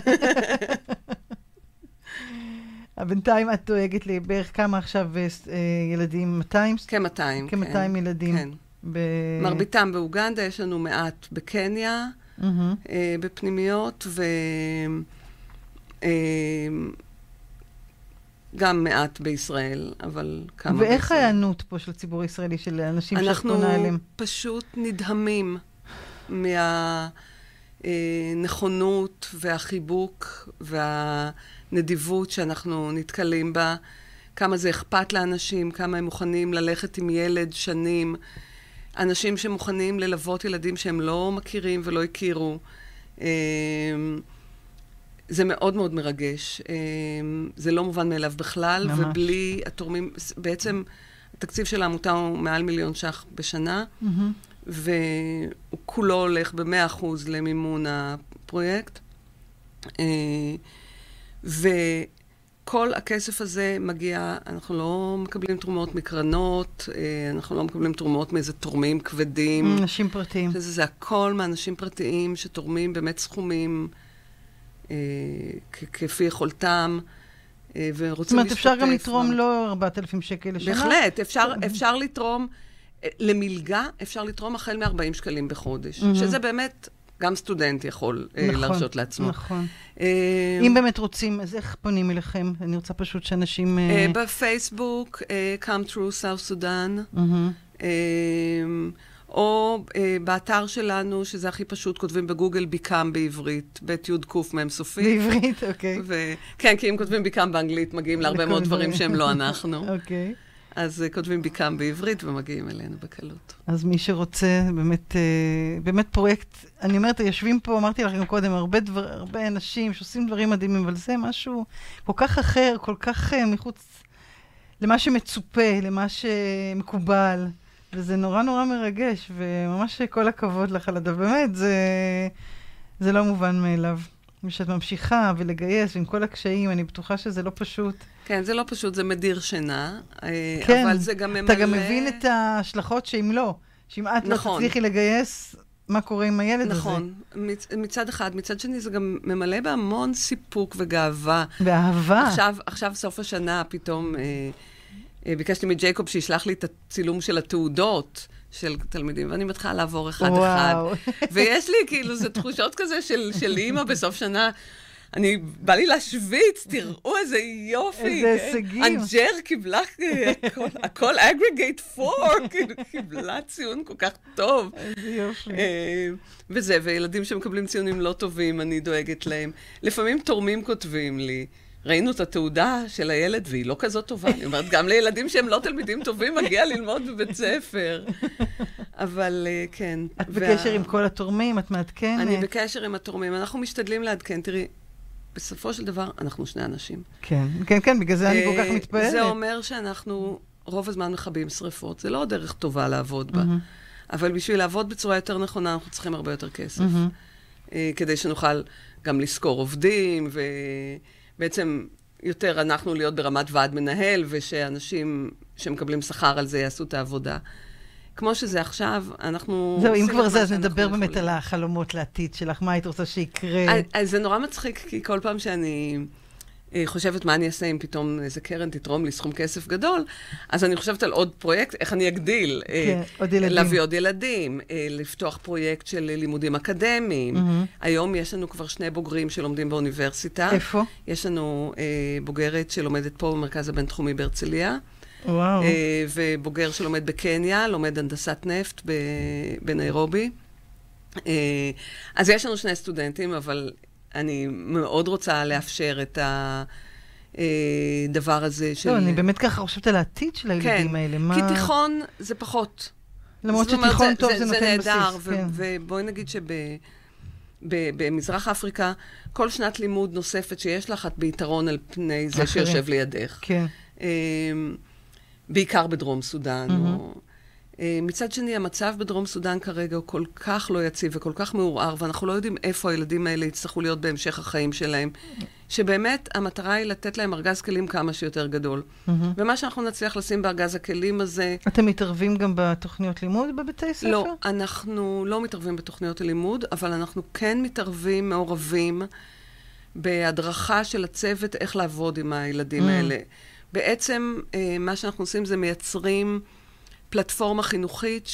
בינתיים את דואגת לי בערך כמה עכשיו ילדים? 200? כ-200, כן. כ-200 ילדים. כן. מרביתם באוגנדה, יש לנו מעט בקניה, בפנימיות, גם מעט בישראל, אבל כמה בישראל. ואיך הענות פה של הציבור הישראלי, של אנשים שאת פונה אליהם? אנחנו פשוט נדהמים מהנכונות והחיבוק והנדיבות שאנחנו נתקלים בה, כמה זה אכפת לאנשים, כמה הם מוכנים ללכת עם ילד שנים, אנשים שמוכנים ללוות ילדים שהם לא מכירים ולא הכירו. זה מאוד מאוד מרגש. זה לא מובן מאליו בכלל, ממש. ובלי התורמים, בעצם התקציב של העמותה הוא מעל 1,000,000 ש"ח בשנה, והוא כולו הולך ב100% למימון הפרויקט. וכל הכסף הזה מגיע, אנחנו לא מקבלים תרומות מקרנות, אנחנו לא מקבלים תרומות מאיזה תורמים כבדים. אנשים פרטיים. זה הכל מאנשים פרטיים שתורמים באמת סכומים כפי יכולתם, ורוצים להשתתף. זאת אומרת, אפשר גם לתרום לא 4,000 שקל לשנה? בהחלט, אפשר לתרום למלגה, אפשר לתרום החל מ-40 שקלים בחודש, שזה באמת גם סטודנט יכול להרשות לעצמו. נכון. אם באמת רוצים, אז איך פונים אליכם? אני רוצה פשוט שאנשים... בפייסבוק, Come True South Sudan, או באתר שלנו, שזה הכי פשוט, כותבים בגוגל ביקם בעברית, בית יוד קוף מהם סופי. בעברית, אוקיי. כן, כי אם כותבים ביקם באנגלית, מגיעים להרבה מאוד דברים שהם לא אנחנו. אוקיי. אז כותבים ביקם בעברית ומגיעים אלינו בקלות. אז מי שרוצה, באמת פרויקט, אני אומרת, יושבים פה, אמרתי לכם קודם, הרבה אנשים שעושים דברים מדהימים, אבל זה משהו כל כך אחר, כל כך מחוץ למה שמצופה, למה שמקובל. וזה נורא נורא מרגש, וממש כל הכבוד לך על הדבר. באמת, זה לא מובן מאליו. שאת ממשיכה ולגייס, עם כל הקשיים, אני בטוחה שזה לא פשוט. כן, זה לא פשוט, זה מדיר שינה, כן, אבל זה גם ממלא... אתה גם מבין את ההשלכות שאם לא, שאם את נכון. לא תצליחי לגייס, מה קורה עם הילד נכון. הזה? נכון, מצד אחד. מצד שני, זה גם ממלא בהמון סיפוק וגאווה. באהבה. עכשיו סוף השנה, פתאום... ביקשתי מג'ייקוב שישלח לי את הצילום של התעודות של תלמידים, ואני מתחילה לעבור אחד-אחד. ויש לי כאילו, זה תחושות כזה של אימא בסוף שנה. בא לי להשוויץ, תראו איזה יופי. איזה הישגים. אנג'ר קיבלה הכל אגרגייט 4, כאילו קיבלה ציון כל כך טוב. איזה יופי. וזה, וילדים שמקבלים ציונים לא טובים, אני דואגת להם. לפעמים תורמים כותבים לי, ראינו את התעודה של הילד, והיא לא כזאת טובה. אני אומרת, גם לילדים שהם לא תלמידים טובים, מגיע ללמוד בבית ספר. אבל כן. את בקשר עם כל התורמים, את מעדכנת? אני בקשר עם התורמים. אנחנו משתדלים לעדכן. תראי, בסופו של דבר, אנחנו שני אנשים. כן, כן, כן, בגלל זה אני כל כך מתפעלת. זה אומר שאנחנו רוב הזמן מכבים שריפות. זה לא דרך טובה לעבוד בה. אבל בשביל לעבוד בצורה יותר נכונה, אנחנו צריכים הרבה יותר כסף. כדי שנוכל גם לשכור עובדים, ובעצם יותר אנחנו להיות ברמת ועד מנהל, ושאנשים שמקבלים שכר על זה יעשו את העבודה. כמו שזה עכשיו, אנחנו... זהו, אם כבר זה, אז נדבר באמת על החלומות לעתיד שלך, מה היית רוצה שיקרה? אז זה נורא מצחיק, כי כל פעם שאני חושבת מה אני אעשה אם פתאום איזה קרן תתרום לי סכום כסף גדול, אז אני חושבת על עוד פרויקט, איך אני אגדיל. כן, עוד ילדים. להביא עוד ילדים, לפתוח פרויקט של לימודים אקדמיים. היום יש לנו כבר 2 בוגרים שלומדים באוניברסיטה. איפה? יש לנו בוגרת שלומדת פה במרכז הבינתחומי בהרצליה. וואו. ובוגר שלומד בקניה, לומד הנדסת נפט בניירובי. אז יש לנו 2 סטודנטים, אבל אני מאוד רוצה לאפשר את הדבר הזה של... לא, אני באמת ככה חושבת על העתיד של הילדים האלה. כי תיכון זה פחות. למרות שתיכון טוב זה נותן בסיס. זה נהדר, ובואי נגיד במזרח אפריקה, כל שנת לימוד נוספת שיש לך, את ביתרון על פני זה שיושב לידך. כן. בעיקר בדרום סודן. מצד שני, המצב בדרום סודן כרגע הוא כל כך לא יציב וכל כך מעורער, ואנחנו לא יודעים איפה הילדים האלה יצטרכו להיות בהמשך החיים שלהם, שבאמת המטרה היא לתת להם ארגז כלים כמה שיותר גדול. ומה שאנחנו נצליח לשים בארגז הכלים הזה... אתם מתערבים גם בתוכניות לימוד בבתי ספר? לא, אנחנו לא מתערבים בתוכניות הלימוד, אבל אנחנו כן מתערבים, מעורבים, בהדרכה של הצוות איך לעבוד עם הילדים האלה. בעצם מה שאנחנו עושים זה מייצרים פלטפורמה חינוכית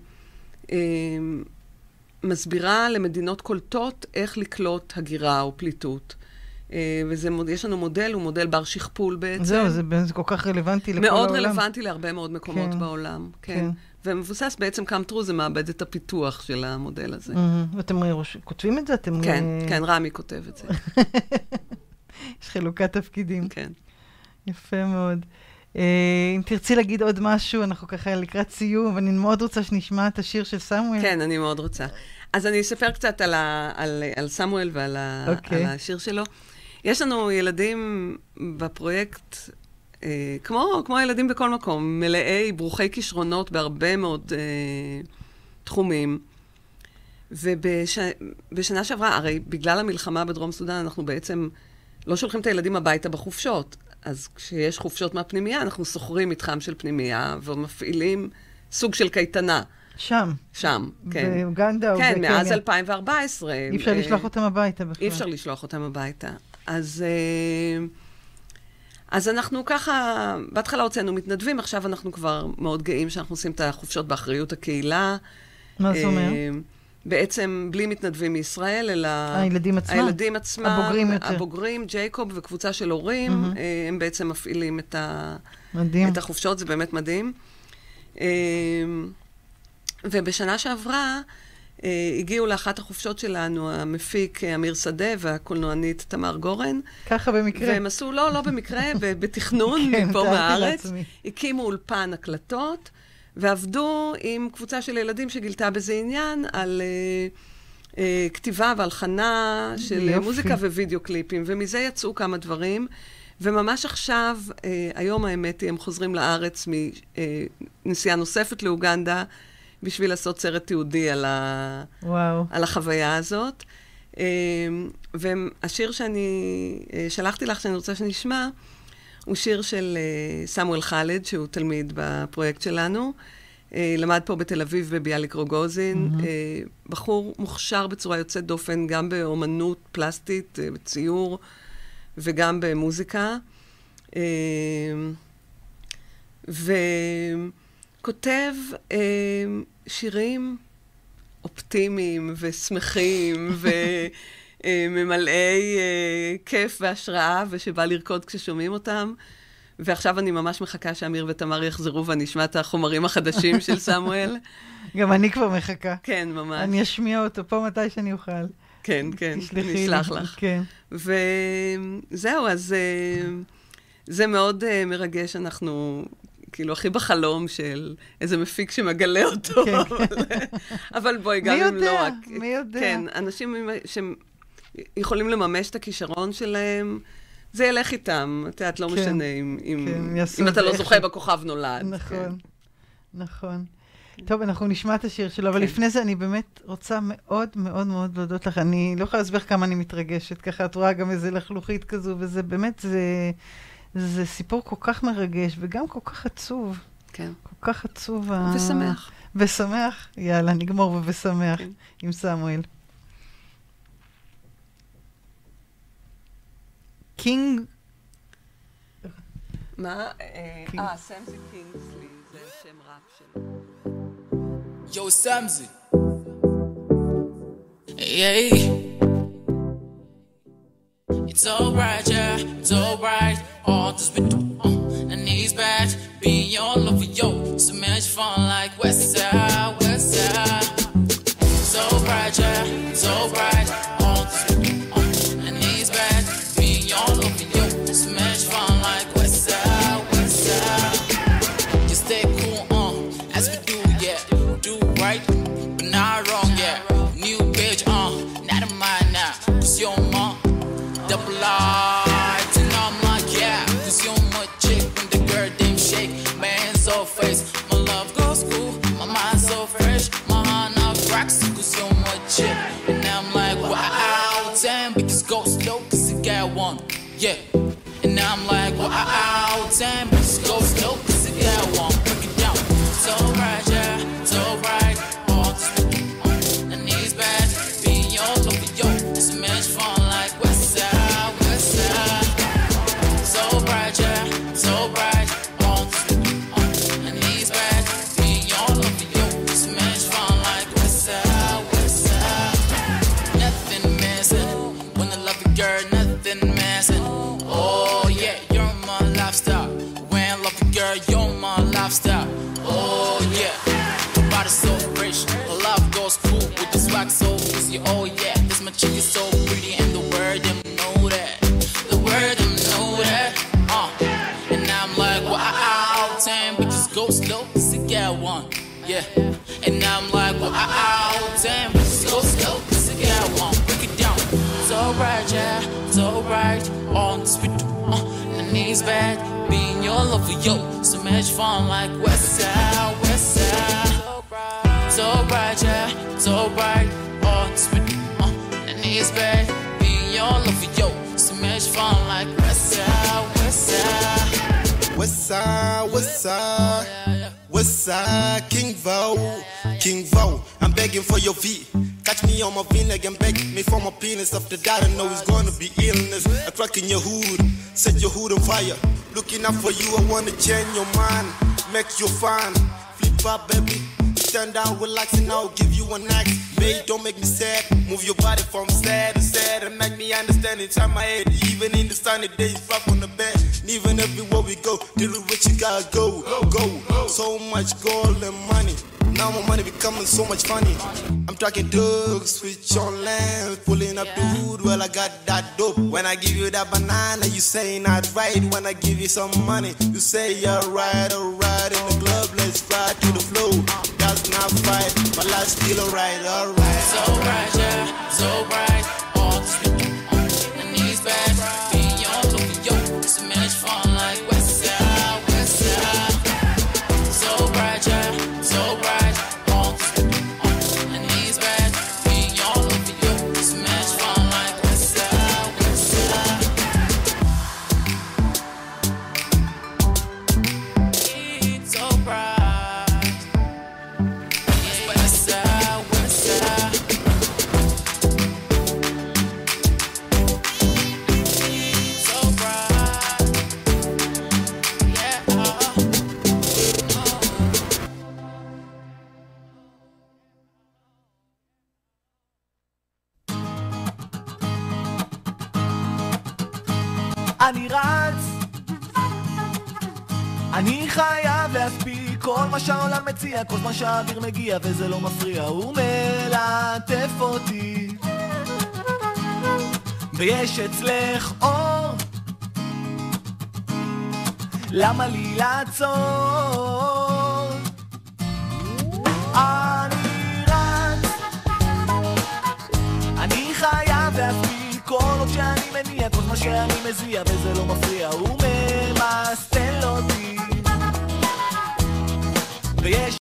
שמסבירה למדינות קולטות איך לקלוט הגירה או פליטות. ויש לנו מודל, הוא מודל בר שכפול בעצם. זהו, זה כל כך רלוונטי לכל העולם. מאוד רלוונטי להרבה מאוד מקומות בעולם, כן. ומבוסס בעצם come true, זה מאבד את הפיתוח של המודל הזה. ואתם כותבים את זה? כן, כן, רמי כותב את זה. יש חלוקת תפקידים. כן. יפה מאוד. אם תרצי להגיד עוד משהו, אנחנו ככה לקראת סיום, ואני מאוד רוצה שנשמע את השיר של סמואל. כן, אני מאוד רוצה. אז אני אספר קצת על סמואל ועל השיר שלו. יש לנו ילדים בפרויקט, כמו ילדים בכל מקום, מלאי ברוכי כישרונות בהרבה מאוד תחומים. ובשנה שעברה, הרי בגלל המלחמה בדרום סודן, אנחנו בעצם לא שולחים את הילדים הביתה בחופשות. אז כשיש חופשות מהפנימייה, אנחנו סוחרים מתחם של פנימייה, ומפעילים סוג של קייטנה. שם? שם, כן. באוגנדה או בקניה? כן, מאז 2014. אי אפשר לשלוח אותם הביתה בכלל. אי אפשר לשלוח אותם הביתה. אז אנחנו ככה, בהתחלה הוצאנו מתנדבים, עכשיו אנחנו כבר מאוד גאים שאנחנו עושים את החופשות באחריות הקהילה. מה זה אומר? בעצם בלי מתנדבים מישראל, אלא... הילדים עצמם? הילדים עצמם. הבוגרים יותר. הבוגרים, ג'ייקוב וקבוצה של הורים, הם בעצם מפעילים את החופשות, זה באמת מדהים. ובשנה שעברה, הגיעו לאחת החופשות שלנו, המפיק אמיר שדה והקולנוענית תמר גורן. ככה במקרה? והם עשו, לא במקרה, בתכנון מפה מהארץ. הקימו אולפן הקלטות, ועבדו עם קבוצה של ילדים שגילתה בזה עניין על כתיבה והלחנה של מוזיקה ווידאו קליפים, ומזה יצאו כמה דברים. וממש עכשיו, היום האמת היא, הם חוזרים לארץ מנסיעה נוספת לאוגנדה, בשביל לעשות סרט תיעודי על החוויה הזאת. והשיר שאני שלחתי לך, שאני רוצה שנשמע, הוא שיר של סמואל חאלד, שהוא תלמיד בפרויקט שלנו. למד פה בתל אביב בביאליק רוגוזין. בחור מוכשר בצורה יוצאת דופן, גם באומנות פלסטית, בציור, וגם במוזיקה. וכותב שירים אופטימיים ושמחים וממלאי כיף והשראה, ושבא לרקוד כששומעים אותם. ועכשיו אני ממש מחכה שאמיר ותמר יחזרו ואני אשמע את החומרים החדשים של סמואל. גם אני כבר מחכה. כן, ממש. אני אשמיע אותו פה מתי שאני אוכל. כן, כן, אני אשלח לך. כן. וזהו, אז זה מאוד מרגש, אנחנו כאילו הכי בחלום של איזה מפיק שמגלה אותו. אבל בואי, גם אם לא רק... מי יודע? כן, אנשים שיכולים לממש את הכישרון שלהם, זה ילך איתם. את יודעת, לא משנה אם אתה לא זוכה בכוכב נולד. נכון, נכון. טוב, אנחנו נשמע את השיר שלו, אבל לפני זה אני באמת רוצה מאוד מאוד מאוד להודות לך. אני לא יכולה להסביר כמה אני מתרגשת, ככה את רואה גם איזה לחלוכית כזו, וזה באמת, זה סיפור כל כך מרגש, וגם כל כך עצוב. כן. כל כך עצוב. ושמח. ושמח. יאללה, נגמור ושמח עם סמואל. קינג... מה? סמזי קינגסלי, זה שם ראפ שלו. Yo, Samzy. Yeah. It's alright, yeah, it's alright. All this bit, and knees back, being all over yo. So much fun like Westside, Westside. It's alright, yeah, it's alright. All this bit, and knees back, being all over yo. So much fun like Westside, Westside. You stay cool, as we do, yeah. Do right, but not wrong, yeah. New page, not in mine now. Cause you're my double R. And I'm like, yeah. Cause you're my chick when the girl damn shake. My hands so face, my love goes cool. My mind so fresh, my hand off rocks. Cause you're my chick. And I'm like, wow, damn, because go slow, cause you got one, yeah. And I'm like, wow, damn, because go slow, cause you got one. Break it down. It's alright, yeah, it's alright. All this and knees back, being all over yo. It's a match fun like Westside, Westside. It's alright, yeah, it's alright. All this and knees back, being all over yo. It's a match fun like Westside, Westside. Nothing missing when I love you, girl. Nothing missing. Oh yeah, you're my lifestyle. When I love you, girl, you're my lifestyle. Oh yeah, your body's so fresh. Her love goes cool with the swag so easy. Oh yeah, this my chick is so pretty and the word them know that. The word them know that. And I'm like, wow, damn, bitches go slow, cause you got one. Yeah, and I'm like, wow, damn, bitches go slow, cause you got one. Break it down. It's alright, yeah, it's alright. On the speed, the knees back, being your lover, yo. So much fun like Westside, Westside. It's alright, yeah, it's alright. On the speed, the knees back, being your lover, yo. So much fun like Westside, Westside. Westside, Westside, Westside, King Vo, I'm begging for your V. Catch me on my V-neck and beg me for my penis. After that I know it's gonna be illness. A crack in your hood, set your hood on fire. Looking up for you, I wanna change your mind, make you fine. Flip up, baby, stand down, relax, and I'll give you an act. Mate, don't make me sad, move your body from sad to sad, and make me understand it. Turn my head, even in the sunny days, flop on the bed. And even everywhere we go, deal with what you gotta go. So much gold and money. Now my money becoming so much funny. I'm tracking dogs, switch on lands, pulling up the hood, well I got that dope. When I give you that banana, you say not right. When I give you some money, you say you're right, alright. In the club, let's fly to the flow. That's not fight, my life's still alright, alright. It's alright, yeah, it's alright. All this the knees back, being your lover, yo. It's a match fun like Westside, Westside. It's alright, yeah, it's alright. אני רץ, אני חייב להספיק כל מה שהעולם מציע, כל מה שהאוויר מגיע וזה לא מפריע, הוא מלטף אותי. ויש אצלך אור, למה לי לעצור? אני רץ, אני חייב להספיק כל עוד שאני מניע כל מה שאני מזיע וזה לא מפריע, הוא ממסטל אותי ויש